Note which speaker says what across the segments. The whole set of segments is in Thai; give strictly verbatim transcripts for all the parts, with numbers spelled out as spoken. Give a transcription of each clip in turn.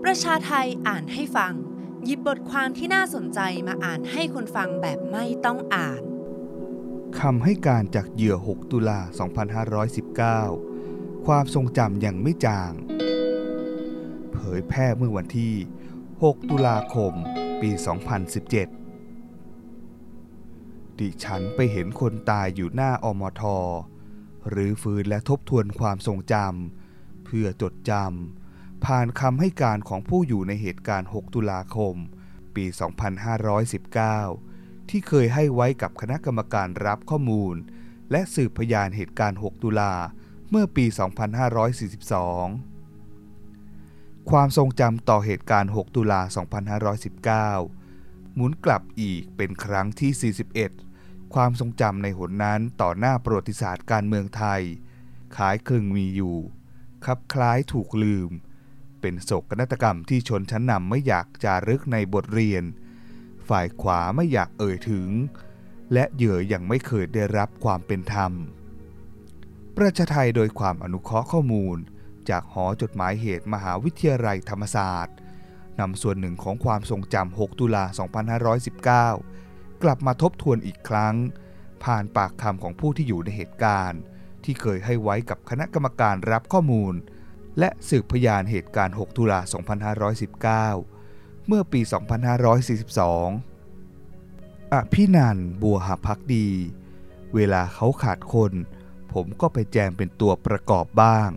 Speaker 1: ประชาไทอ่านให้ฟังหยิบบทความที่น่าสนใจมาอ่านให้คนฟังแบบไม่ต้องอ่าน
Speaker 2: คำให้การจากเหยื่อหกตุลาสองพันห้าร้อยสิบเก้าความทรงจำยังไม่จางเผยแพร่เมื่อวันที่หกตุลาคมปีสองพันสิบเจ็ดดิฉันไปเห็นคนตายอยู่หน้าอมท.หรือฟื้นและทบทวนความทรงจำเพื่อจดจำผ่านคำให้การของผู้อยู่ในเหตุการณ์หกตุลาคมปีสองพันห้าร้อยสิบเก้าที่เคยให้ไว้กับคณะกรรมการรับข้อมูลและสืบพยานเหตุการณ์หกตุลาเมื่อปีสองพันห้าร้อยสี่สิบสองความทรงจำต่อเหตุการณ์หกตุลาสองพันห้าร้อยสิบเก้าหมุนกลับอีกเป็นครั้งที่สี่สิบเอ็ดความทรงจำในหนนั้นต่อหน้าประวัติศาสตร์การเมืองไทยคล้ายคลึงมีอยู่คลับคล้ายถูกลืมเป็นโศกนาฏกรรมที่ชนชั้นนำไม่อยากจารึกในบทเรียนฝ่ายขวาไม่อยากเอ่ยถึงและเหยื่อยังไม่เคยได้รับความเป็นธรรมประชาไทโดยความอนุเคราะห์ข้อมูลจากหอจดหมายเหตุมหาวิทยาลัยธรรมศาสตร์นำส่วนหนึ่งของความทรงจำหกตุลาสองพันห้าร้อยสิบเก้ากลับมาทบทวนอีกครั้งผ่านปากคำของผู้ที่อยู่ในเหตุการณ์ที่เคยให้ไว้กับคณะกรรมการรับข้อมูลและสืบพยานเหตุการณ์หกตุลาสองพันห้าร้อยสิบเก้าเมื่อปีสองพันห้าร้อยสี่สิบสองอภินันท์ บัวหภักดีเวลาเขาขาดคนผมก็ไปแจมเป็นตัวประกอบบ้าง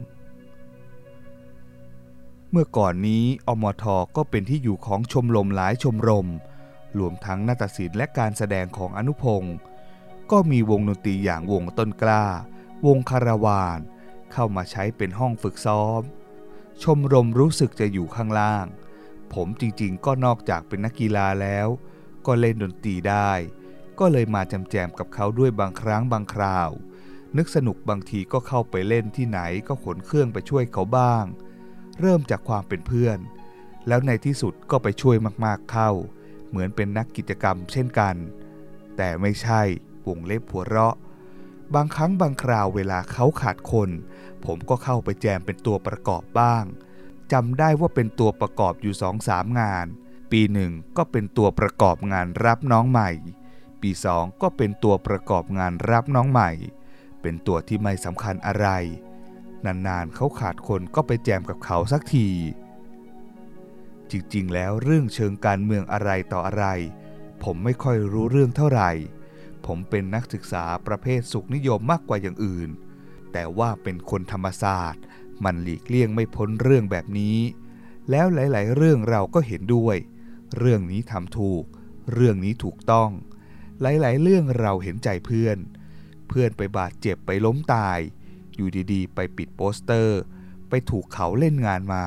Speaker 2: เมื่อก่อนนี้อมท.ก็เป็นที่อยู่ของชมรมหลายชมรมรวมทั้งนาฏศิลป์และการแสดงของอนุพงศ์ก็มีวงดนตรีอย่างวงต้นกล้าวงคาราวานเข้ามาใช้เป็นห้องฝึกซ้อมชมรมรู้สึกจะอยู่ข้างล่างผมจริงๆก็นอกจากเป็นนักกีฬาแล้วก็เล่นดนตรีได้ก็เลยมาจำแจมกับเขาด้วยบางครั้งบางคราวนึกสนุกบางทีก็เข้าไปเล่นที่ไหนก็ขนเครื่องไปช่วยเขาบ้างเริ่มจากความเป็นเพื่อนแล้วในที่สุดก็ไปช่วยมากๆเข้าเหมือนเป็นนักกิจกรรมเช่นกันแต่ไม่ใช่วงเล็บหัวเราะบางครั้งบางคราวเวลาเขาขาดคนผมก็เข้าไปแจมเป็นตัวประกอบบ้างจำได้ว่าเป็นตัวประกอบอยู่ สองสาม งานปีหนึ่งก็เป็นตัวประกอบงานรับน้องใหม่ปีสองก็เป็นตัวประกอบงานรับน้องใหม่เป็นตัวที่ไม่สำคัญอะไรนานๆเขาขาดคนก็ไปแจมกับเขาสักทีจริงๆแล้วเรื่องเชิงการเมืองอะไรต่ออะไรผมไม่ค่อยรู้เรื่องเท่าไหร่ผมเป็นนักศึกษาประเภทสุขนิยมมากกว่าอย่างอื่นแต่ว่าเป็นคนธรรมศาสตร์มันหลีกเลี่ยงไม่พ้นเรื่องแบบนี้แล้วหลายๆเรื่องเราก็เห็นด้วยเรื่องนี้ทำถูกเรื่องนี้ถูกต้องหลายๆเรื่องเราเห็นใจเพื่อนเพื่อนไปบาดเจ็บไปล้มตายอยู่ดีๆไปปิดโปสเตอร์ไปถูกเขาเล่นงานมา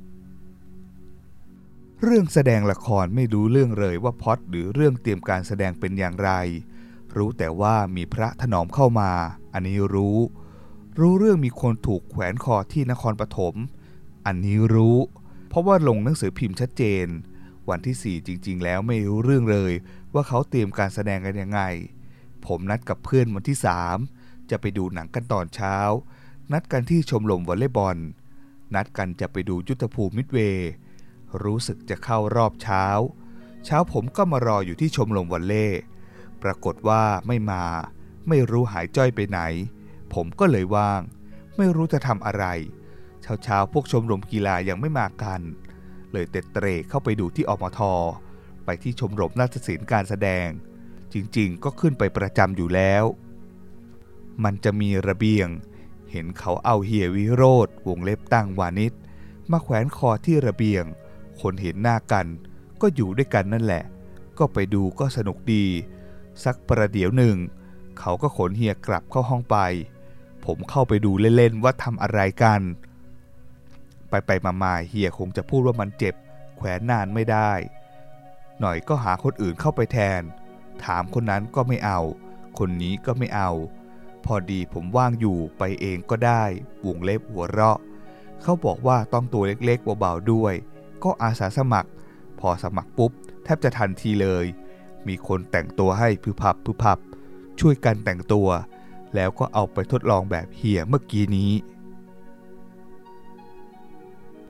Speaker 2: เรื่องแสดงละครไม่รู้เรื่องเลยว่าพล็อตหรือเรื่องเตรียมการแสดงเป็นอย่างไรรู้แต่ว่ามีพระถนอมเข้ามาอันนี้รู้รู้เรื่องมีคนถูกแขวนคอที่นครปฐมอันนี้รู้เพราะว่าลงหนังสือพิมพ์ชัดเจนวันที่สี่จริงๆแล้วไม่รู้เรื่องเลยว่าเขาเตรียมการแสดงกันยังไงผมนัดกับเพื่อนวันที่สามจะไปดูหนังกันตอนเช้านัดกันที่ชมรมวอลเลย์บอลนัดกันจะไปดูยุทธภูมิมิดเวย์รู้สึกจะเข้ารอบเช้าเช้าผมก็มารออยู่ที่ชมรมวอลเลย์ปรากฏว่าไม่มาไม่รู้หายจ้อยไปไหนผมก็เลยว่างไม่รู้จะทำอะไรเช้าๆพวกชมรมกีฬายังไม่มากันเลยเตะเตร่เข้าไปดูที่อมท.ไปที่ชมรมนาฏศิลป์การแสดงจริงๆก็ขึ้นไปประจำอยู่แล้วมันจะมีระเบียงเห็นเขาเอาเฮียวิโรจน์วงเล็บตั้งวานิชมาแขวนคอที่ระเบียงคนเห็นหน้ากันก็อยู่ด้วยกันนั่นแหละก็ไปดูก็สนุกดีสักประเดี๋ยวหนึ่งเขาก็ขนเฮียกลับเข้าห้องไปผมเข้าไปดูเล่นๆว่าทำอะไรกันไปไปมาๆเฮียคงจะพูดว่ามันเจ็บแขวนนานไม่ได้หน่อยก็หาคนอื่นเข้าไปแทนถามคนนั้นก็ไม่เอาคนนี้ก็ไม่เอาพอดีผมว่างอยู่ไปเองก็ได้วงเล็บหัวเราะเขาบอกว่าต้องตัวเล็กๆเบาๆด้วยก็อาสาสมัครพอสมัครปุ๊บแทบจะทันทีเลยมีคนแต่งตัวให้พึบพับพึบพับช่วยกันแต่งตัวแล้วก็เอาไปทดลองแบบเฮียเมื่อกี้นี้อ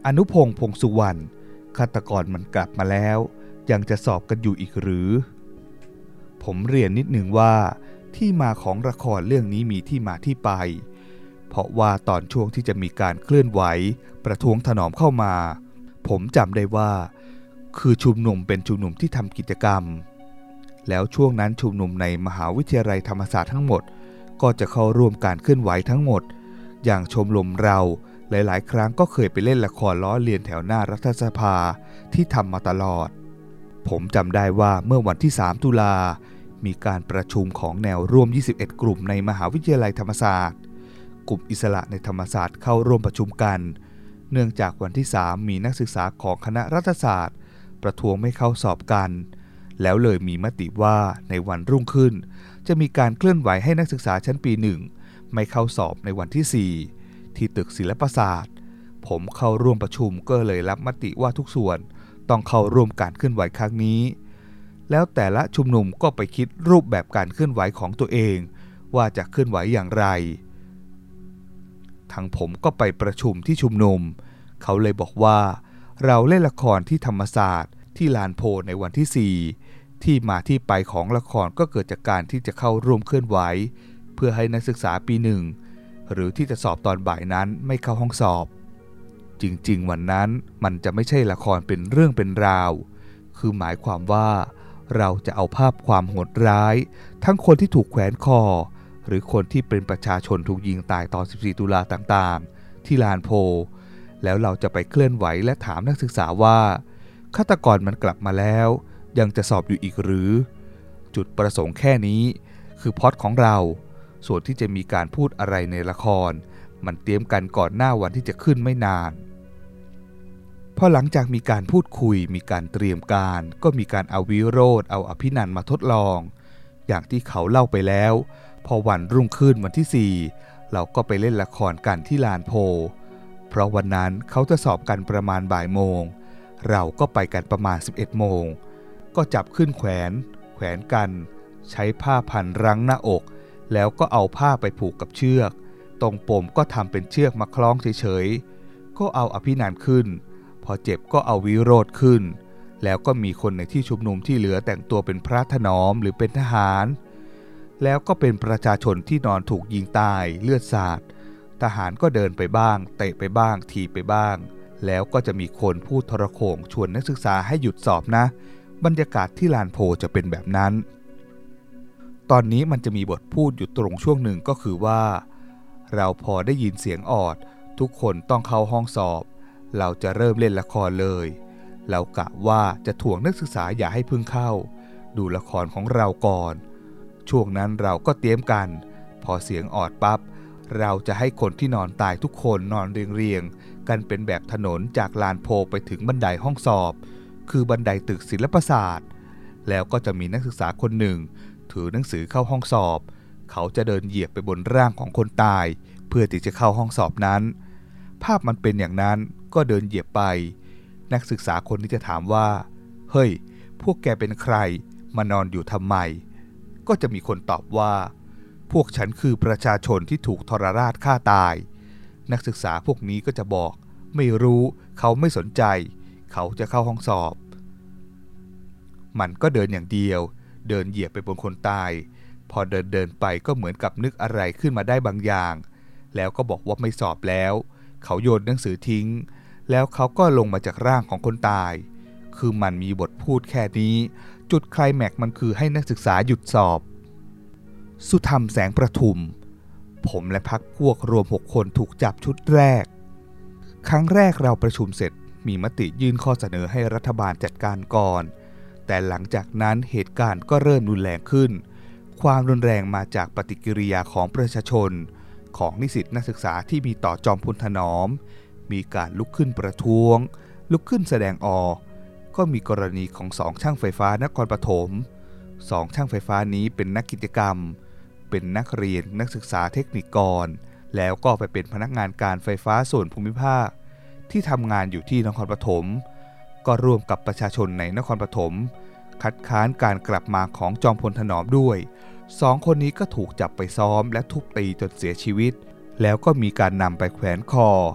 Speaker 2: อนุพงษ์พงษ์สุวรรณฆาตกรมันกลับมาแล้วยังจะสอบกันอยู่อีกหรือผมเรียนนิดหนึ่งว่าที่มาของละครเรื่องนี้มีที่มาที่ไปเพราะว่าตอนช่วงที่จะมีการเคลื่อนไหวประท้วงถนอมเข้ามาผมจำได้ว่าคือชุมนุมเป็นชุมนุมที่ทำกิจกรรมแล้วช่วงนั้นชุมนุมในมหาวิทยาลัยธรรมศาสตร์ทั้งหมดก็จะเข้าร่วมการเคลื่อนไหวทั้งหมดอย่างชมรมเราหลายๆครั้งก็เคยไปเล่นละครล้อเลียนแถวหน้ารัฐสภาที่ทำมาตลอดผมจำได้ว่าเมื่อวันที่สามตุลามีการประชุมของแนวร่วมยี่สิบเอ็ดกลุ่มในมหาวิทยาลัยธรรมศาสตร์กลุ่มอิสระในธรรมศาสตร์เข้าร่วมประชุมกันเนื่องจากวันที่สามมีนักศึกษาของคณะรัฐศาสตร์ประท้วงไม่เข้าสอบกันแล้วเลยมีมติว่าในวันรุ่งขึ้นจะมีการเคลื่อนไหวให้นักศึกษาชั้นปีหนึ่งไม่เข้าสอบในวันที่สี่ที่ตึกศิลปศาสตร์ผมเข้าร่วมประชุมก็เลยรับมติว่าทุกส่วนต้องเข้าร่วมการเคลื่อนไหวครั้งนี้แล้วแต่ละชุมนุมก็ไปคิดรูปแบบการเคลื่อนไหวของตัวเองว่าจะเคลื่อนไหวอย่างไรทางผมก็ไปประชุมที่ชุมนุมเขาเลยบอกว่าเราเล่นละครที่ธรรมศาสตร์ที่ลานโพในวันที่สี่ที่มาที่ไปของละครก็เกิดจากการที่จะเข้าร่วมเคลื่อนไหวเพื่อให้นักศึกษาปีหนึ่งหรือที่จะสอบตอนบ่ายนั้นไม่เข้าห้องสอบจริงๆวันนั้นมันจะไม่ใช่ละครเป็นเรื่องเป็นราวคือหมายความว่าเราจะเอาภาพความโหดร้ายทั้งคนที่ถูกแขวนคอหรือคนที่เป็นประชาชนถูกยิงตายตอนสิบสี่ตุลาต่างๆที่ลานโพแล้วเราจะไปเคลื่อนไหวและถามนักศึกษาว่าฆาตกรมันกลับมาแล้วยังจะสอบอยู่อีกหรือจุดประสงค์แค่นี้คือพล็อตของเราส่วนที่จะมีการพูดอะไรในละครมันเตรียมกันก่อนหน้าวันที่จะขึ้นไม่นานพอหลังจากมีการพูดคุยมีการเตรียมการก็มีการเอาวิโรธเอาอภินันท์มาทดลองอย่างที่เขาเล่าไปแล้วพอวันรุ่งขึ้นวันที่สี่เราก็ไปเล่นละครกันที่ลานโพเพราะวันนั้นเขาจะสอบกันประมาณบ่ายโมงเราก็ไปกันประมาณสิบเอ็ดโมงก็จับขึ้นแขวนแขวนกันใช้ผ้าพันรั้งหน้าอกแล้วก็เอาผ้าไปผูกกับเชือกตรงปมก็ทำเป็นเชือกมาคล้องเฉยๆก็เอาอภินันท์ขึ้นพอเจ็บก็เอาวิโรธขึ้นแล้วก็มีคนในที่ชุมนุมที่เหลือแต่งตัวเป็นพระถนอมหรือเป็นทหารแล้วก็เป็นประชาชนที่นอนถูกยิงตายเลือดสาดทหารก็เดินไปบ้างเตะไปบ้างถีบไปบ้างแล้วก็จะมีคนพูดทรโขงชวนนักศึกษาให้หยุดสอบนะบรรยากาศที่ลานโพจะเป็นแบบนั้นตอนนี้มันจะมีบทพูดอยู่ตรงช่วงหนึ่งก็คือว่าเราพอได้ยินเสียงออดทุกคนต้องเข้าห้องสอบเราจะเริ่มเล่นละครเลยเรากะว่าจะถ่วงนักศึกษาอย่าให้พึ่งเข้าดูละครของเราก่อนช่วงนั้นเราก็เตรียมกันพอเสียงออดปั๊บเราจะให้คนที่นอนตายทุกคนนอนเรียงๆกันเป็นแบบถนนจากลานโพไปถึงบันไดห้องสอบคือบันไดตึกศิลปศาสตร์แล้วก็จะมีนักศึกษาคนหนึ่งถือหนังสือเข้าห้องสอบเขาจะเดินเหยียบไปบนร่างของคนตายเพื่อที่จะเข้าห้องสอบนั้นภาพมันเป็นอย่างนั้นก็เดินเหยียบไปนักศึกษาคนนี้จะถามว่าเฮ้ยพวกแกเป็นใครมานอนอยู่ทำไมก็จะมีคนตอบว่าพวกฉันคือประชาชนที่ถูกทรราชฆ่าตายนักศึกษาพวกนี้ก็จะบอกไม่รู้เขาไม่สนใจเขาจะเข้าห้องสอบมันก็เดินอย่างเดียวเดินเหยียบไปบนคนตายพอเดินเดินไปก็เหมือนกับนึกอะไรขึ้นมาได้บางอย่างแล้วก็บอกว่าไม่สอบแล้วเขาโยนหนังสือทิ้งแล้วเขาก็ลงมาจากร่างของคนตายคือมันมีบทพูดแค่นี้จุดไคลแม็กซ์มันคือให้นักศึกษาหยุดสอบสุธรรมแสงประทุมผมและพรรคพวกรวมหกคนถูกจับชุดแรกครั้งแรกเราประชุมเสร็จมีมติยื่นข้อเสนอให้รัฐบาลจัดการก่อนแต่หลังจากนั้นเหตุการณ์ก็เริ่มรุนแรงขึ้นความรุนแรงมาจากปฏิกิริยาของประชาชนของนิสิตนักศึกษาที่มีต่อจอมพลถนอมมีการลุกขึ้นประท้วงลุกขึ้นแสดงออกก็มีกรณีของสองช่างไฟฟ้านครปฐมสองช่างไฟฟ้านี้เป็นนักกิจกรรมเป็นนักเรียนนักศึกษาเทคนิคกรแล้วก็ไปเป็นพนักงานการไฟฟ้าส่วนภูมิภาคที่ทำงานอยู่ที่นครปฐมก็ร่วมกับประชาชนในนครปฐมคัดค้านการกลับมาของจอมพลถนอมด้วยสองคนนี้ก็ถูกจับไปซ้อมและทุบตีจนเสียชีวิตแล้วก็มีการนำไปแขวนคอ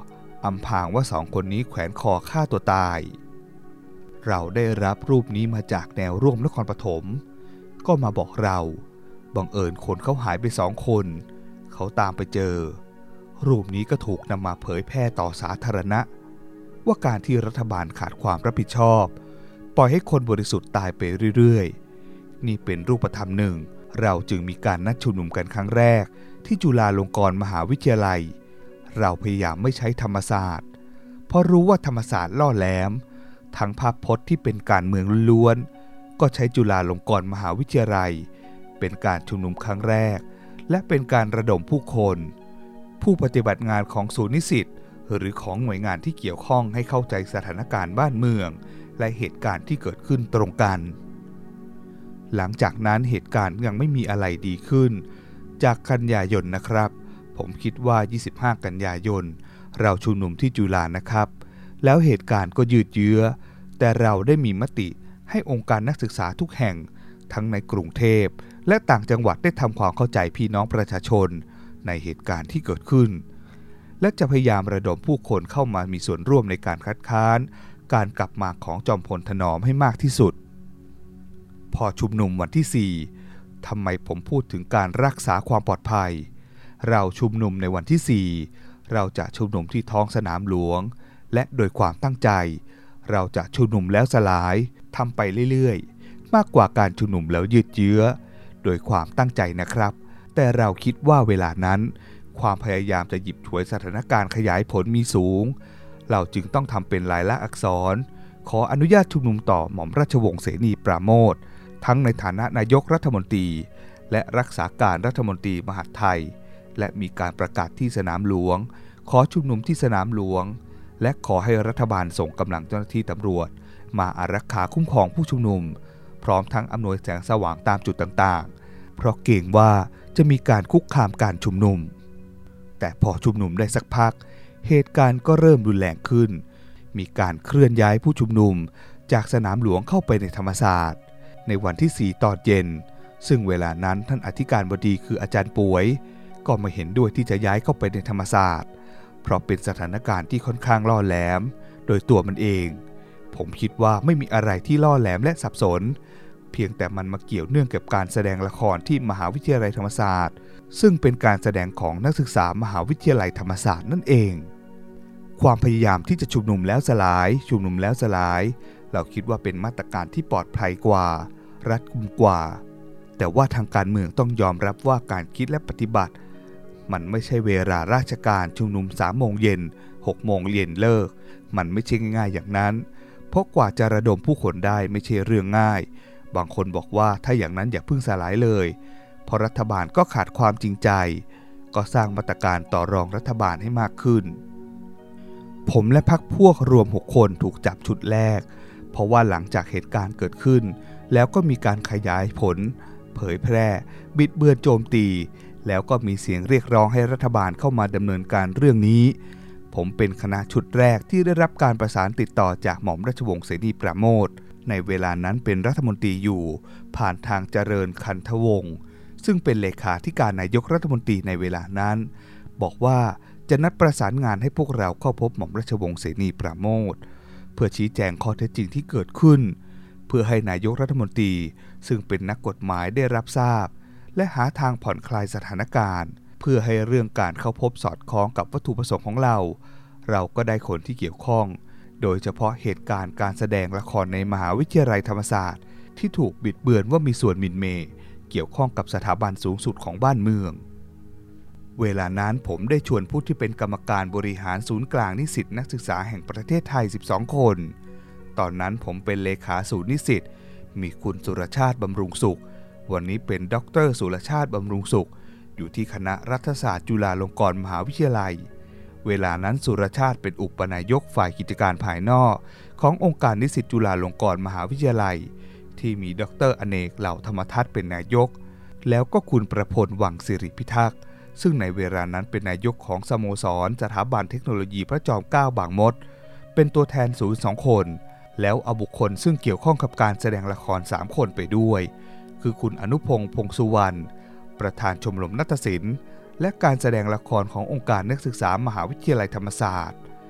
Speaker 2: อำพรางว่าสองคนนี้แขวนคอฆ่าตัวตายเราได้รับรูปนี้มาจากแนวร่วมนครปฐมก็มาบอกเราบังเอิญคนเขาหายไปสองคนเขาตามไปเจอรูปนี้ก็ถูกนำมาเผยแพร่ต่อสาธารณะว่าการที่รัฐบาลขาดความรับผิดชอบปล่อยให้คนบริสุทธิ์ตายไปเรื่อยๆนี่เป็นรูปธรรมหนึ่งเราจึงมีการนัดชุมนุมกันครั้งแรกที่จุฬาลงกรณ์มหาวิทยาลัยเราพยายามไม่ใช้ธรรมศาสตร์เพราะรู้ว่าธรรมศาสตร์ล่อแหลมทั้งภาพพจน์ที่เป็นการเมืองล้วนๆก็ใช้จุฬาลงกรณ์มหาวิทยาลัยเป็นการชุมนุมครั้งแรกและเป็นการระดมผู้คนผู้ปฏิบัติงานของศูนย์นิสิตหรือของหน่วยงานที่เกี่ยวข้องให้เข้าใจสถานการณ์บ้านเมืองและเหตุการณ์ที่เกิดขึ้นตรงกันหลังจากนั้นเหตุการณ์ยังไม่มีอะไรดีขึ้นจากกันยายนนะครับผมคิดว่ายี่สิบห้ากันยายนเราชุมนุมที่จุฬานะครับแล้วเหตุการณ์ก็ยืดเยื้อแต่เราได้มีมติให้องค์การนักศึกษาทุกแห่งทั้งในกรุงเทพและต่างจังหวัดได้ทำความเข้าใจพี่น้องประชาชนในเหตุการณ์ที่เกิดขึ้นและจะพยายามระดมผู้คนเข้ามามีส่วนร่วมในการคัดค้านการกลับมาของจอมพลถนอมให้มากที่สุดพอชุมนุมวันที่สี่ทำไมผมพูดถึงการรักษาความปลอดภัยเราชุมนุมในวันที่สี่เราจะชุมนุมที่ท้องสนามหลวงและโดยความตั้งใจเราจะชุมนุมแล้วสลายทำไปเรื่อยๆมากกว่าการชุมนุมแล้วยืดเยื้อโดยความตั้งใจนะครับแต่เราคิดว่าเวลานั้นความพยายามจะหยิบฉวยสถานการณ์ขยายผลมีสูงเราจึงต้องทำเป็นลายลักษณ์อักษรขออนุญาตชุมนุมต่อหม่อมราชวงศ์เสนีปราโมชทั้งในฐานะนายกรัฐมนตรีและรักษาการรัฐมนตรีมหาดไทยและมีการประกาศที่สนามหลวงขอชุมนุมที่สนามหลวงและขอให้รัฐบาลส่งกำลังเจ้าหน้าที่ตำรวจมาอารักขาคุ้มครองผู้ชุมนุมพร้อมทั้งอำนวยแสงสว่างตามจุดต่างๆเพราะเกรงว่าจะมีการคุกคามการชุมนุมแต่พอชุมนุมได้สักพักเหตุการณ์ก็เริ่มรุนแรงขึ้นมีการเคลื่อนย้ายผู้ชุมนุมจากสนามหลวงเข้าไปในธรรมศาสตร์ในวันที่สี่ตอนเย็นซึ่งเวลานั้นท่านอธิการบดีคืออาจารย์ป่วยก็ไม่เห็นด้วยที่จะย้ายเข้าไปในธรรมศาสตร์เพราะเป็นสถานการณ์ที่ค่อนข้างล่อแหลมโดยตัวมันเองผมคิดว่าไม่มีอะไรที่ล่อแหลมและสับสนเพียงแต่มันมาเกี่ยวเนื่องกับการแสดงละครที่มหาวิทยาลัยธรรมศาสตร์ซึ่งเป็นการแสดงของนักศึกษามหาวิทยาลัยธรรมศาสตร์นั่นเองความพยายามที่จะชุมนุมแล้วสลายชุมนุมแล้วสลายเราคิดว่าเป็นมาตรการที่ปลอดภัยกว่ารัดกุมกว่าแต่ว่าทางการเมืองต้องยอมรับว่าการคิดและปฏิบัติมันไม่ใช่เวลาราชการชุมนุมสามโมงเย็นหกโมงเย็นเลิกมันไม่ใช่ง่ายๆอย่างนั้นเพราะกว่าจะระดมผู้คนได้ไม่ใช่เรื่องง่ายบางคนบอกว่าถ้าอย่างนั้นอย่าเพิ่งสลายเลยเพราะรัฐบาลก็ขาดความจริงใจก็สร้างมาตรการต่อรองรัฐบาลให้มากขึ้นผมและพรรคพวกรวมหกคนถูกจับชุดแรกเพราะว่าหลังจากเหตุการณ์เกิดขึ้นแล้วก็มีการขยายผลเผยแพร่บิดเบือนโจมตีแล้วก็มีเสียงเรียกร้องให้รัฐบาลเข้ามาดำเนินการเรื่องนี้ผมเป็นคณะชุดแรกที่ได้รับการประสานติดต่อจากหม่อมราชวงศ์เสนีปราโมชในเวลานั้นเป็นรัฐมนตรีอยู่ผ่านทางเจริญคันธวงศ์ซึ่งเป็นเลขาธิการนายกรัฐมนตรีในเวลานั้นบอกว่าจะนัดประสานงานให้พวกเราเข้าพบหม่อมราชวงศ์เสนีปราโมชเพื่อชี้แจงข้อเท็จจริงที่เกิดขึ้นเพื่อให้นายกรัฐมนตรีซึ่งเป็นนักกฎหมายได้รับทราบและหาทางผ่อนคลายสถานการณ์เพื่อให้เรื่องการเข้าพบสอดคล้องกับวัตถุประสงค์ของเราเราก็ได้คนที่เกี่ยวข้องโดยเฉพาะเหตุการณ์การแสดงละครในมหาวิทยาลัยธรรมศาสตร์ที่ถูกบิดเบือนว่ามีส่วนหมิ่นเหม่เกี่ยวข้องกับสถาบันสูงสุดของบ้านเมืองเวลานั้นผมได้ชวนผู้ที่เป็นกรรมการบริหารศูนย์กลางนิสิตนักศึกษาแห่งประเทศไทยสิบสองคนตอนนั้นผมเป็นเลขาศูนย์นิสิตมีคุณสุรชาติบำรุงสุขวันนี้เป็นด็อกเตอร์สุรชาติบำรุงสุขอยู่ที่คณะรัฐศาสตร์จุฬาลงกรณ์มหาวิทยาลัยเวลานั้นสุรชาติเป็นอุปนายกฝ่ายกิจการภายนอกขององค์การนิสิตจุฬาลงกรณ์มหาวิทยาลัยที่มีด็อกเตอร์อเนกเหล่าธรรมทัศน์เป็นนายกแล้วก็คุณประพลวังสิริพิทักษ์ซึ่งในเวลานั้นเป็นนายกของสโมสรสถาบันเทคโนโลยีพระจอมเกล้าบางมดเป็นตัวแทนศูนย์สองคนแล้วเอาบุคคลซึ่งเกี่ยวข้องกับการแสดงละครสามคนไปด้วยคือคุณอนุพงษ์พงษ์สุวรรณประธานชมรมนาฏศิลป์และการแสดงละครขององค์การนักศึกษามหาวิทยาลัยธรรมศาสตร์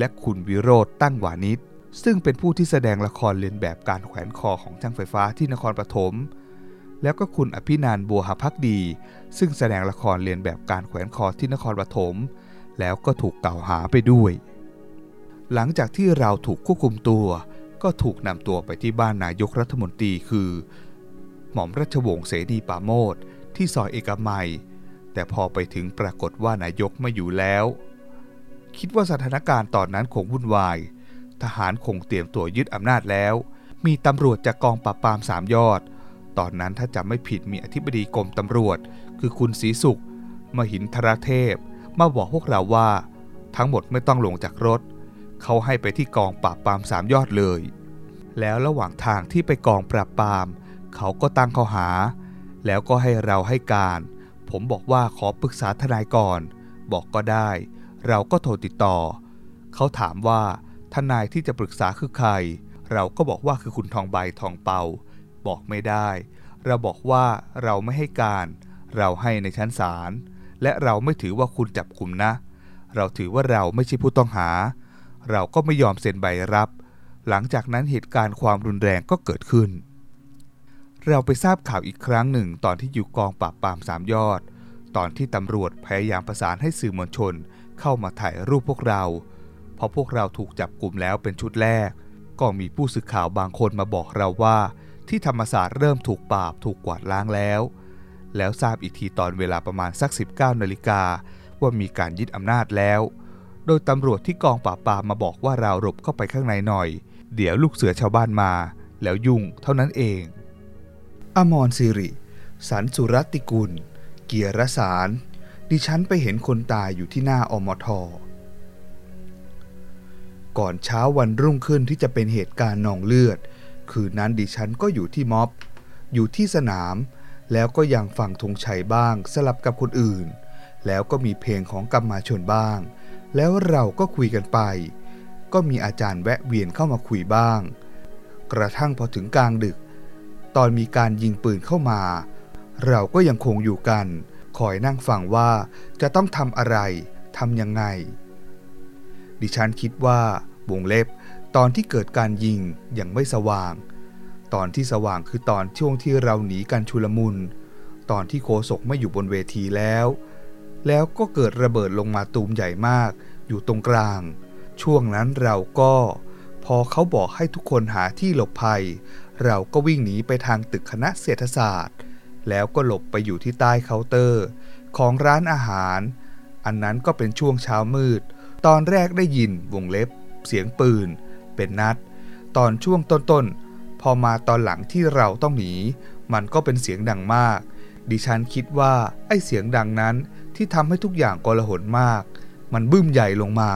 Speaker 2: และคุณวิโรจน์ตั้งวานิชซึ่งเป็นผู้ที่แสดงละครเลียนแบบการแขวนคอของช่างไฟฟ้าที่นครปฐมแล้วก็คุณอภินันท์บัวหภักดีซึ่งแสดงละครเลียนแบบการแขวนคอที่นครปฐมแล้วก็ถูกกล่าวหาไปด้วยหลังจากที่เราถูกควบคุมตัวก็ถูกนำตัวไปที่บ้านนายกรัฐมนตรีคือหม่อมราชวงศ์เสนีปราโมชที่ซอยเอกมัยแต่พอไปถึงปรากฏว่านายกไม่อยู่แล้วคิดว่าสถานการณ์ตอนนั้นคงวุ่นวายทหารคงเตรียมตัวยึดอำนาจแล้วมีตำรวจจากกองปราบปรามสามยอดตอนนั้นถ้าจำไม่ผิดมีอธิบดีกรมตำรวจคือคุณศรีสุขมหินทรเทพมาบอกพวกเราว่าทั้งหมดไม่ต้องลงจากรถเขาให้ไปที่กองปราบปรามสามยอดเลยแล้วระหว่างทางที่ไปกองปราบปรามเขาก็ตั้งข้อหาแล้วก็ให้เราให้การผมบอกว่าขอปรึกษาทนายก่อนบอกก็ได้เราก็โทรติดต่อเขาถามว่าทนายที่จะปรึกษาคือใครเราก็บอกว่าคือคุณทองใบทองเปาบอกไม่ได้เราบอกว่าเราไม่ให้การเราให้ในชั้นศาลและเราไม่ถือว่าคุณจับกุมนะเราถือว่าเราไม่ใช่ผู้ต้องหาเราก็ไม่ยอมเซ็นใบรับหลังจากนั้นเหตุการณ์ความรุนแรงก็เกิดขึ้นเราไปทราบข่าวอีกครั้งหนึ่งตอนที่อยู่กองปราบปรามสามยอดตอนที่ตำรวจพยายามประสานให้สื่อมวลชนเข้ามาถ่ายรูปพวกเราพอพวกเราถูกจับกุมแล้วเป็นชุดแรกก็มีผู้สื่อข่าวบางคนมาบอกเราว่าที่ธรรมศาสตร์เริ่มถูกปราบถูกกวาดล้างแล้วแล้วทราบอีกทีตอนเวลาประมาณสักสิบเก้านาฬิกาว่ามีการยึดอำนาจแล้วโดยตำรวจที่กองปราบปรามมาบอกว่าเราหลบเข้าไปข้างในหน่อยเดี๋ยวลูกเสือชาวบ้านมาแล้วยุ่งเท่านั้นเองอมรศิริสันสุรตติกุลเกียรสารดิฉันไปเห็นคนตายอยู่ที่หน้าอมท.ก่อนเช้าวันรุ่งขึ้นที่จะเป็นเหตุการณ์นองเลือดคืนนั้นดิฉันก็อยู่ที่ม็อบอยู่ที่สนามแล้วก็ยังฟังธงชัยบ้างสลับกับคนอื่นแล้วก็มีเพลงของกำมาชนบ้างแล้วเราก็คุยกันไปก็มีอาจารย์แวะเวียนเข้ามาคุยบ้างกระทั่งพอถึงกลางดึกตอนมีการยิงปืนเข้ามาเราก็ยังคงอยู่กันคอยนั่งฟังว่าจะต้องทำอะไรทำยังไงดิฉันคิดว่าวงเล็บตอนที่เกิดการยิงยังไม่สว่างตอนที่สว่างคือตอนช่วงที่เราหนีกันชุลมุนตอนที่โฆษกไม่อยู่บนเวทีแล้วแล้วก็เกิดระเบิดลงมาตูมใหญ่มากอยู่ตรงกลางช่วงนั้นเราก็พอเขาบอกให้ทุกคนหาที่หลบภัยเราก็วิ่งหนีไปทางตึกคณะเศรษฐศาสตร์แล้วก็หลบไปอยู่ที่ใต้เคาน์เตอร์ของร้านอาหารอันนั้นก็เป็นช่วงเช้ามืดตอนแรกได้ยินวงเล็บเสียงปืนเป็นนัดตอนช่วงต้นๆพอมาตอนหลังที่เราต้องหนีมันก็เป็นเสียงดังมากดิฉันคิดว่าไอ้เสียงดังนั้นที่ทำให้ทุกอย่างโกลาหลมากมันบึ้มใหญ่ลงมา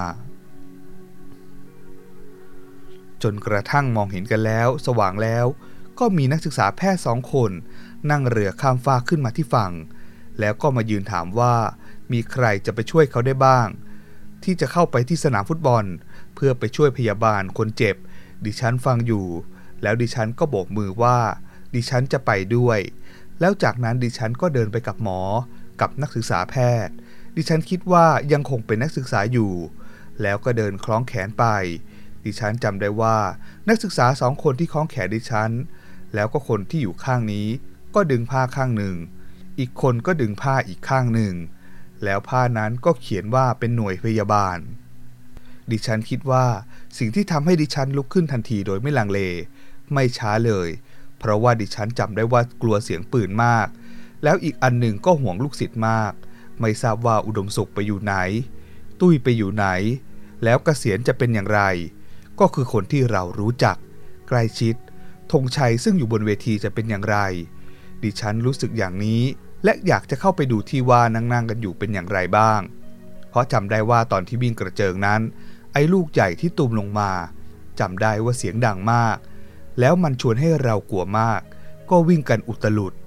Speaker 2: จนกระทั่งมองเห็นกันแล้วสว่างแล้วก็มีนักศึกษาแพทย์สองคนนั่งเรือข้ามฟากขึ้นมาที่ฝั่งแล้วก็มายืนถามว่ามีใครจะไปช่วยเขาได้บ้างที่จะเข้าไปที่สนามฟุตบอลเพื่อไปช่วยพยาบาลคนเจ็บดิฉันฟังอยู่แล้วดิฉันก็โบกมือว่าดิฉันจะไปด้วยแล้วจากนั้นดิฉันก็เดินไปกับหมอกับนักศึกษาแพทย์ดิฉันคิดว่ายังคงเป็นนักศึกษาอยู่แล้วก็เดินคล้องแขนไปดิฉันจำได้ว่านักศึกษาสองคนที่คล้องแขนดิฉันแล้วก็คนที่อยู่ข้างนี้ก็ดึงผ้าข้างหนึ่งอีกคนก็ดึงผ้าอีกข้างหนึ่งแล้วผ้านั้นก็เขียนว่าเป็นหน่วยพยาบาลดิฉันคิดว่าสิ่งที่ทำให้ดิฉันลุกขึ้นทันทีโดยไม่ลังเลไม่ช้าเลยเพราะว่าดิฉันจำได้ว่ากลัวเสียงปืนมากแล้วอีกอันหนึ่งก็ห่วงลูกศิษย์มากไม่ทราบว่าอุดมสุขไปอยู่ไหนตุ้ยไปอยู่ไหนแล้วเกษียณจะเป็นอย่างไรก็คือคนที่เรารู้จักใกล้ชิดธงชัยซึ่งอยู่บนเวทีจะเป็นอย่างไรดิฉันรู้สึกอย่างนี้และอยากจะเข้าไปดูที่ว่านั่งๆกันอยู่เป็นอย่างไรบ้างเพราะจำได้ว่าตอนที่วิ่งกระเจิงนั้นไอ้ลูกใหญ่ที่ตูมลงมาจำได้ว่าเสียงดังมากแล้วมันชวนให้เรากลัวมากก็วิ่งกันอุตลุด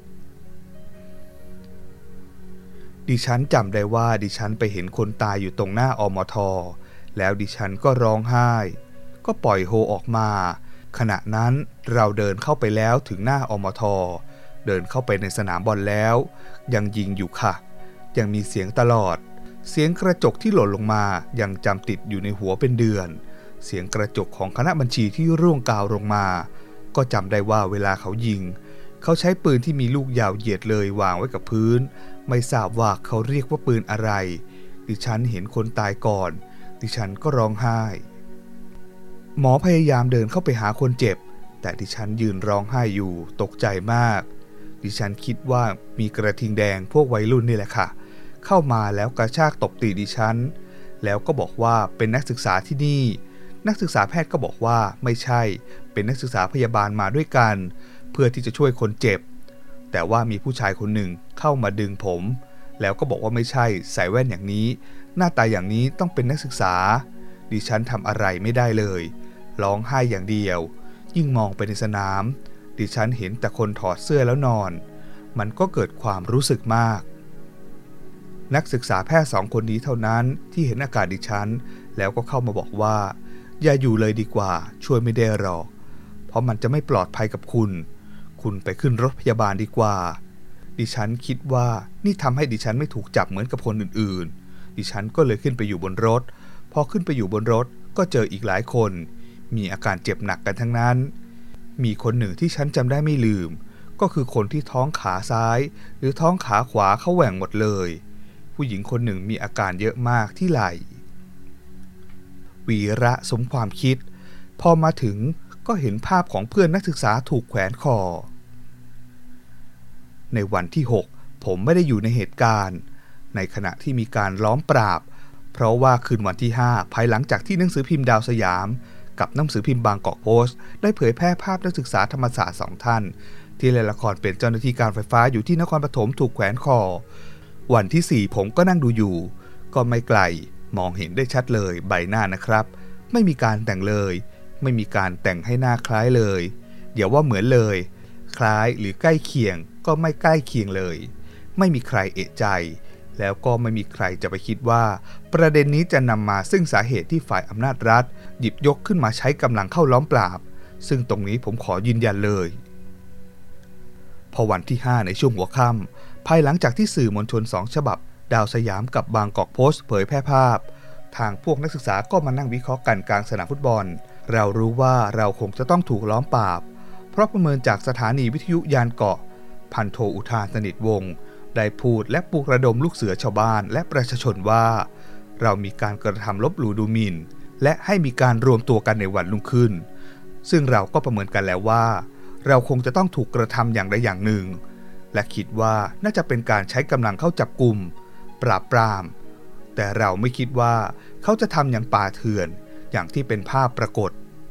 Speaker 2: ดิฉันจำได้ว่าดิฉันไปเห็นคนตายอยู่ตรงหน้าอมท.แล้วดิฉันก็ร้องไห้ก็ปล่อยโฮออกมาขณะนั้นเราเดินเข้าไปแล้วถึงหน้าอมท.เดินเข้าไปในสนามบอลแล้วยังยิงอยู่ค่ะยังมีเสียงตลอดเสียงกระจกที่หล่นลงมายังจำติดอยู่ในหัวเป็นเดือนเสียงกระจกของคณะบัญชีที่ร่วงกาวลงมาก็จำได้ว่าเวลาเขายิงเขาใช้ปืนที่มีลูกยาวเหยียดเลยวางไว้กับพื้นไม่ทราบว่าเขาเรียกว่าปืนอะไรดิฉันเห็นคนตายก่อนดิฉันก็ร้องไห้หมอพยายามเดินเข้าไปหาคนเจ็บแต่ดิฉันยืนร้องไห้อยู่ตกใจมากดิฉันคิดว่ามีกระทิงแดงพวกวัยรุ่นนี่แหละค่ะเข้ามาแล้วกระชากตบตีดิฉันแล้วก็บอกว่าเป็นนักศึกษาที่นี่นักศึกษาแพทย์ก็บอกว่าไม่ใช่เป็นนักศึกษาพยาบาลมาด้วยกันเพื่อที่จะช่วยคนเจ็บแต่ว่ามีผู้ชายคนหนึ่งเข้ามาดึงผมแล้วก็บอกว่าไม่ใช่ใส่แว่นอย่างนี้หน้าตาอย่างนี้ต้องเป็นนักศึกษาดิฉันทำอะไรไม่ได้เลยร้องไห้อย่างเดียวยิ่งมองไปในสนามดิฉันเห็นแต่คนถอดเสื้อแล้วนอนมันก็เกิดความรู้สึกมากนักศึกษาแพทย์สองคนนี้เท่านั้นที่เห็นอาการดิฉันแล้วก็เข้ามาบอกว่าอย่าอยู่เลยดีกว่าช่วยไม่ได้หรอกเพราะมันจะไม่ปลอดภัยกับคุณคุณไปขึ้นรถพยาบาลดีกว่าดิฉันคิดว่านี่ทำให้ดิฉันไม่ถูกจับเหมือนกับคนอื่นๆดิฉันก็เลยขึ้นไปอยู่บนรถพอขึ้นไปอยู่บนรถก็เจออีกหลายคนมีอาการเจ็บหนักกันทั้งนั้นมีคนหนึ่งที่ฉันจำได้ไม่ลืมก็คือคนที่ท้องขาซ้ายหรือท้องขาขวาเขาแหว่งหมดเลยผู้หญิงคนหนึ่งมีอาการเยอะมากที่ไหล่วีระสมความคิดพอมาถึงก็เห็นภาพของเพื่อนนักศึกษาถูกแขวนคอในวันที่หกผมไม่ได้อยู่ในเหตุการณ์ในขณะที่มีการล้อมปราบเพราะว่าคืนวันที่ห้าภายหลังจากที่หนังสือพิมพ์ดาวสยามกับหนังสือพิมพ์บางกอกโพสต์ได้เผยแพร่ภาพนักศึกษาธรรมศาสตร์สองท่านที่เล่นละครเป็นเจ้าหน้าที่การไฟฟ้าอยู่ที่นครปฐมถูกแขวนคอวันที่สี่ผมก็นั่งดูอยู่ก็ไม่ไกลมองเห็นได้ชัดเลยใบหน้านะครับไม่มีการแต่งเลยไม่มีการแต่งให้หน้าคล้ายเลยอย่าว่าเหมือนเลยคล้ายหรือใกล้เคียงก็ไม่ใกล้เคียงเลยไม่มีใครเอะใจแล้วก็ไม่มีใครจะไปคิดว่าประเด็นนี้จะนำมาซึ่งสาเหตุที่ฝ่ายอำนาจรัฐหยิบยกขึ้นมาใช้กำลังเข้าล้อมปราบซึ่งตรงนี้ผมขอยืนยันเลยพอวันที่ห้าในช่วงหัวค่ำภายหลังจากที่สื่อมวลชนสองฉบับดาวสยามกับบางกอกโพสต์เผยแพร่ภาพทางพวกนักศึกษาก็มานั่งวิเคราะห์กันกลางสนามฟุตบอลเรารู้ว่าเราคงจะต้องถูกล้อมปราบเพราะประเมินจากสถานีวิทยุยานเกาะพันโทอุทานสนิทวงศ์ได้พูดและปลุกระดมลูกเสือชาวบ้านและประชาชนว่าเรามีการกระทำลบหลู่ดูหมิ่นและให้มีการรวมตัวกันในวันรุ่งขึ้นซึ่งเราก็ประเมินกันแล้วว่าเราคงจะต้องถูกกระทำอย่างใดอย่างหนึ่งและคิดว่าน่าจะเป็นการใช้กำลังเข้าจับกุมปราบปรามแต่เราไม่คิดว่าเขาจะทำอย่างป่าเถื่อนอย่างที่เป็นภาพปรากฏ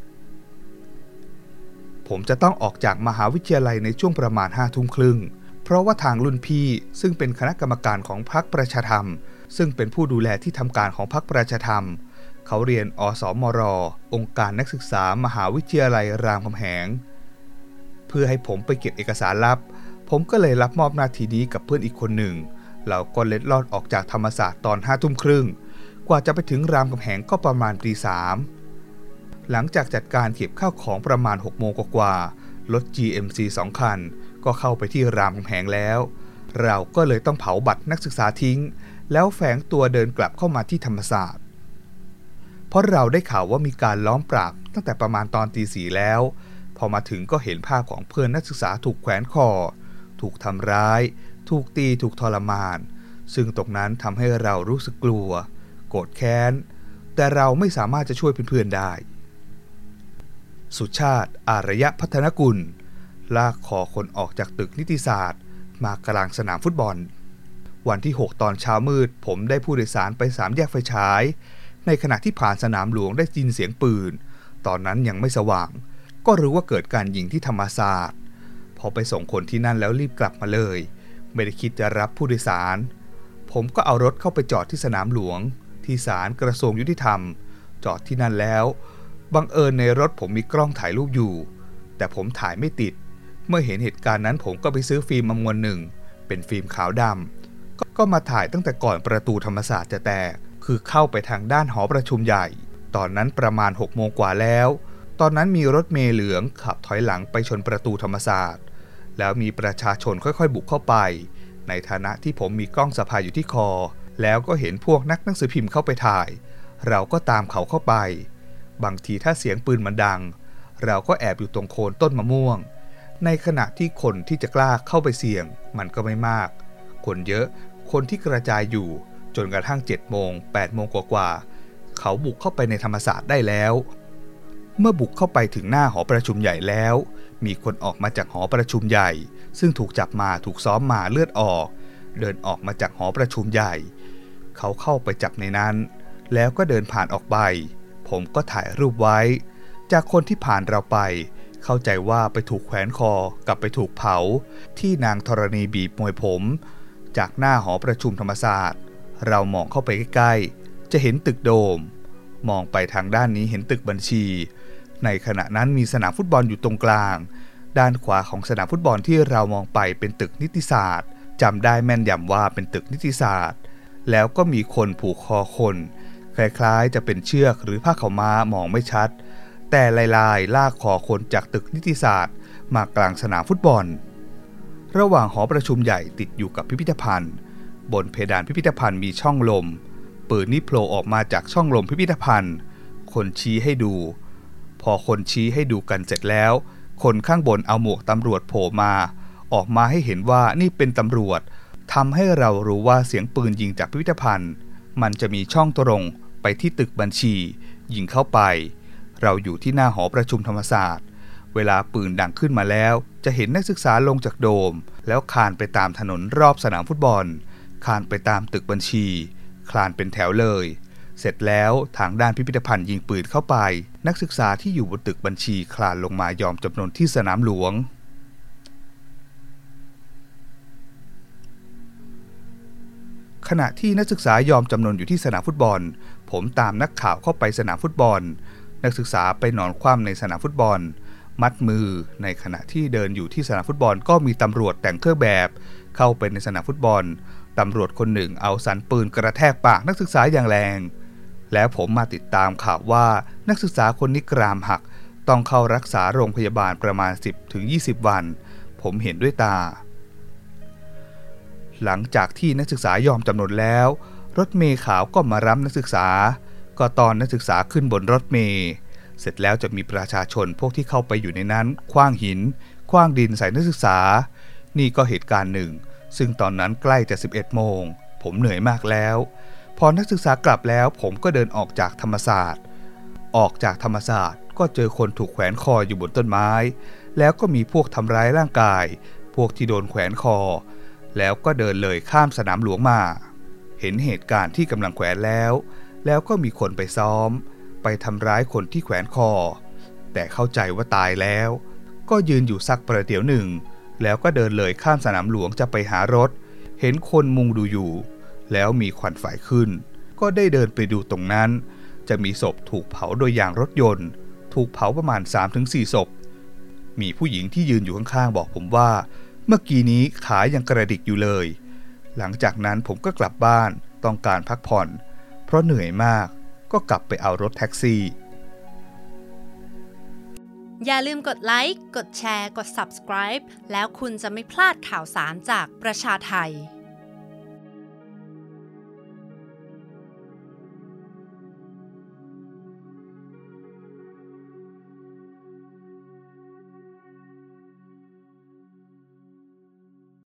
Speaker 2: ผมจะต้องออกจากมหาวิทยาลัยในช่วงประมาณห้าทุ่มครึ่งเพราะว่าทางรุ่นพี่ซึ่งเป็นคณะกรรมการของพรรคประชาธรรมซึ่งเป็นผู้ดูแลที่ทำการของพรรคประชาธรรมเขาเรียนอสมรองค์การนักศึกษามหาวิทยาลัยรามคำแหงเพื่อให้ผมไปเก็บเอกสารลับผมก็เลยรับมอบหน้าที่นี้กับเพื่อนอีกคนหนึ่งเราก็เล็ดลอดออกจากธรรมศาสตร์ตอนห้าทุ่มครึ่งกว่าจะไปถึงรามคำแหงก็ประมาณตีสามหลังจากจัดการเก็บข้าวของประมาณหกโมงกว่าๆรถ จี เอ็ม ซี สองคันก็เข้าไปที่รามคำแหงแล้วเราก็เลยต้องเผาบัตรนักศึกษาทิ้งแล้วแฝงตัวเดินกลับเข้ามาที่ธรรมศาสตร์เพราะเราได้ข่าวว่ามีการล้อมปราบตั้งแต่ประมาณตอนตีสี่แล้วพอมาถึงก็เห็นภาพของเพื่อนนักศึกษาถูกแขวนคอถูกทำร้ายถูกตีถูกทรมานซึ่งตรงนั้นทำให้เรารู้สึกกลัวโกรธแค้นแต่เราไม่สามารถจะช่วยเพื่อนๆได้สุชาติอารยพัฒนกุลลากคอคนออกจากตึกนิติศาสตร์มากลางสนามฟุตบอลวันที่หกตอนเช้ามืดผมได้ผู้โดยสารไปสามแยกไฟฉายในขณะที่ผ่านสนามหลวงได้ยินเสียงปืนตอนนั้นยังไม่สว่างก็รู้ว่าเกิดการยิงที่ธรรมศาสตร์พอไปส่งคนที่นั่นแล้วรีบกลับมาเลยไม่ได้คิดจะรับผู้โดยสารผมก็เอารถเข้าไปจอดที่สนามหลวงที่ศาลกระทรวงยุติธรรมจอดที่นั่นแล้วบังเอิญในรถผมมีกล้องถ่ายรูปอยู่แต่ผมถ่ายไม่ติดเมื่อเห็นเหตุการณ์นั้นผมก็ไปซื้อฟิล์มมามวลหนึ่งเป็นฟิล์มขาวดำ ก, ก็มาถ่ายตั้งแต่ก่อนประตูธรรมศาสตร์จะแตกคือเข้าไปทางด้านหอประชุมใหญ่ตอนนั้นประมาณหกโมงกว่าแล้วตอนนั้นมีรถเมล์เหลืองขับถอยหลังไปชนประตูธรรมศาสตร์แล้วมีประชาชนค่อยๆบุกเข้าไปในฐานะที่ผมมีกล้องสะพายอยู่ที่คอแล้วก็เห็นพวกนักหนังสือพิมพ์เข้าไปถ่ายเราก็ตามเขาเข้าไปบางทีถ้าเสียงปืนมันดังเราก็แอบอยู่ตรงโคนต้นมะม่วงในขณะที่คนที่จะกล้าเข้าไปเสี่ยงมันก็ไม่มากคนเยอะคนที่กระจายอยู่จนกระทั่งเจ็ดโมงแปดโมงกว่าๆเขาบุกเข้าไปในธรรมศาสตร์ได้แล้วเมื่อบุกเข้าไปถึงหน้าหอประชุมใหญ่แล้วมีคนออกมาจากหอประชุมใหญ่ซึ่งถูกจับมาถูกซ้อมมาเลือดออกเดินออกมาจากหอประชุมใหญ่เขาเข้าไปจับในนั้นแล้วก็เดินผ่านออกไปผมก็ถ่ายรูปไว้จากคนที่ผ่านเราไปเข้าใจว่าไปถูกแขวนคอกับไปถูกเผาที่นางธรณีบีบมวยผมจากหน้าหอประชุมธรรมศาสตร์เรามองเข้าไปใกล้ๆจะเห็นตึกโดมมองไปทางด้านนี้เห็นตึกบัญชีในขณะนั้นมีสนามฟุตบอลอยู่ตรงกลางด้านขวาของสนามฟุตบอลที่เรามองไปเป็นตึกนิติศาสตร์จำได้แม่นยำว่าเป็นตึกนิติศาสตร์แล้วก็มีคนผูกคอคนคล้ายๆจะเป็นเชือกหรือผ้าขาวม้ามองไม่ชัดแต่ลายๆลากคอคนจากตึกนิติศาสตร์มากลางสนามฟุตบอลระหว่างหอประชุมใหญ่ติดอยู่กับพิพิธภัณฑ์บนเพดานพิพิธภัณฑ์มีช่องลมปืนนี้โผล่ออกมาจากช่องลมพิพิธภัณฑ์คนชี้ให้ดูพอคนชี้ให้ดูกันเสร็จแล้วคนข้างบนเอาหมวกตำรวจโผล่มาออกมาให้เห็นว่านี่เป็นตำรวจทำให้เรารู้ว่าเสียงปืนยิงจากพิพิธภัณฑ์มันจะมีช่องตรงไปที่ตึกบัญชียิงเข้าไปเราอยู่ที่หน้าหอประชุมธรรมศาสตร์เวลาปืนดังขึ้นมาแล้วจะเห็นนักศึกษาลงจากโดมแล้วคลานไปตามถนนรอบสนามฟุตบอลคลานไปตามตึกบัญชีคลานเป็นแถวเลยเสร็จแล้วทางด้านพิพิธภัณฑ์ยิงปืนเข้าไปนักศึกษาที่อยู่บนตึกบัญชีคลานลงมายอมจำนนที่สนามหลวงขณะที่นักศึกษายอมจำนนอยู่ที่สนามฟุตบอลผมตามนักข่าวเข้าไปสนามฟุตบอลนักศึกษาไปนอนคว่ำในสนามฟุตบอลมัดมือในขณะที่เดินอยู่ที่สนามฟุตบอลก็มีตำรวจแต่งเครื่องแบบเข้าไปในสนามฟุตบอลตำรวจคนหนึ่งเอาสันปืนกระแทกปากนักศึกษาอย่างแรงแล้วผมมาติดตามข่าวว่านักศึกษาคนนี้กรามหักต้องเข้ารักษาโรงพยาบาลประมาณ สิบถึงยี่สิบ วันผมเห็นด้วยตาหลังจากที่นักศึกษายอมจำนนแล้วรถเมล์ขาวก็มารับนักศึกษาก็ตอนนักศึกษาขึ้นบนรถเมล์เสร็จแล้วจะมีประชาชนพวกที่เข้าไปอยู่ในนั้นขว้างหินขว้างดินใส่นักศึกษานี่ก็เหตุการณ์หนึ่งซึ่งตอนนั้นใกล้จะสิบเอ็ดโมงผมเหนื่อยมากแล้วพอนักศึกษากลับแล้วผมก็เดินออกจากธรรมศาสตร์ออกจากธรรมศาสตร์ก็เจอคนถูกแขวนคออยู่บนต้นไม้แล้วก็มีพวกทำร้ายร่างกายพวกที่โดนแขวนคอแล้วก็เดินเลยข้ามสนามหลวงมาเห็นเหตุการณ์ที่กำลังแขวนแล้วแล้วก็มีคนไปซ้อมไปทำร้ายคนที่แขวนคอแต่เข้าใจว่าตายแล้วก็ยืนอยู่สักประเดี๋ยวหนึ่งแล้วก็เดินเลยข้ามสนามหลวงจะไปหารถเห็นคนมุงดูอยู่แล้วมีควันไฟขึ้นก็ได้เดินไปดูตรงนั้นจะมีศพถูกเผาโดยยางรถยนต์ถูกเผาประมาณ สามถึงสี่ ศพมีผู้หญิงที่ยืนอยู่ข้างๆบอกผมว่าเมื่อกี้นี้ขายังกระดิกอยู่เลยหลังจากนั้นผมก็กลับบ้านต้องการพักผ่อนเพราะเหนื่อยมากก็กลับไปเอารถแท็กซี่
Speaker 1: อย่าลืมกดไลค์กดแชร์กด ซับสไครบ์ แล้วคุณจะไม่พลาดข่าวสารจากประชาไท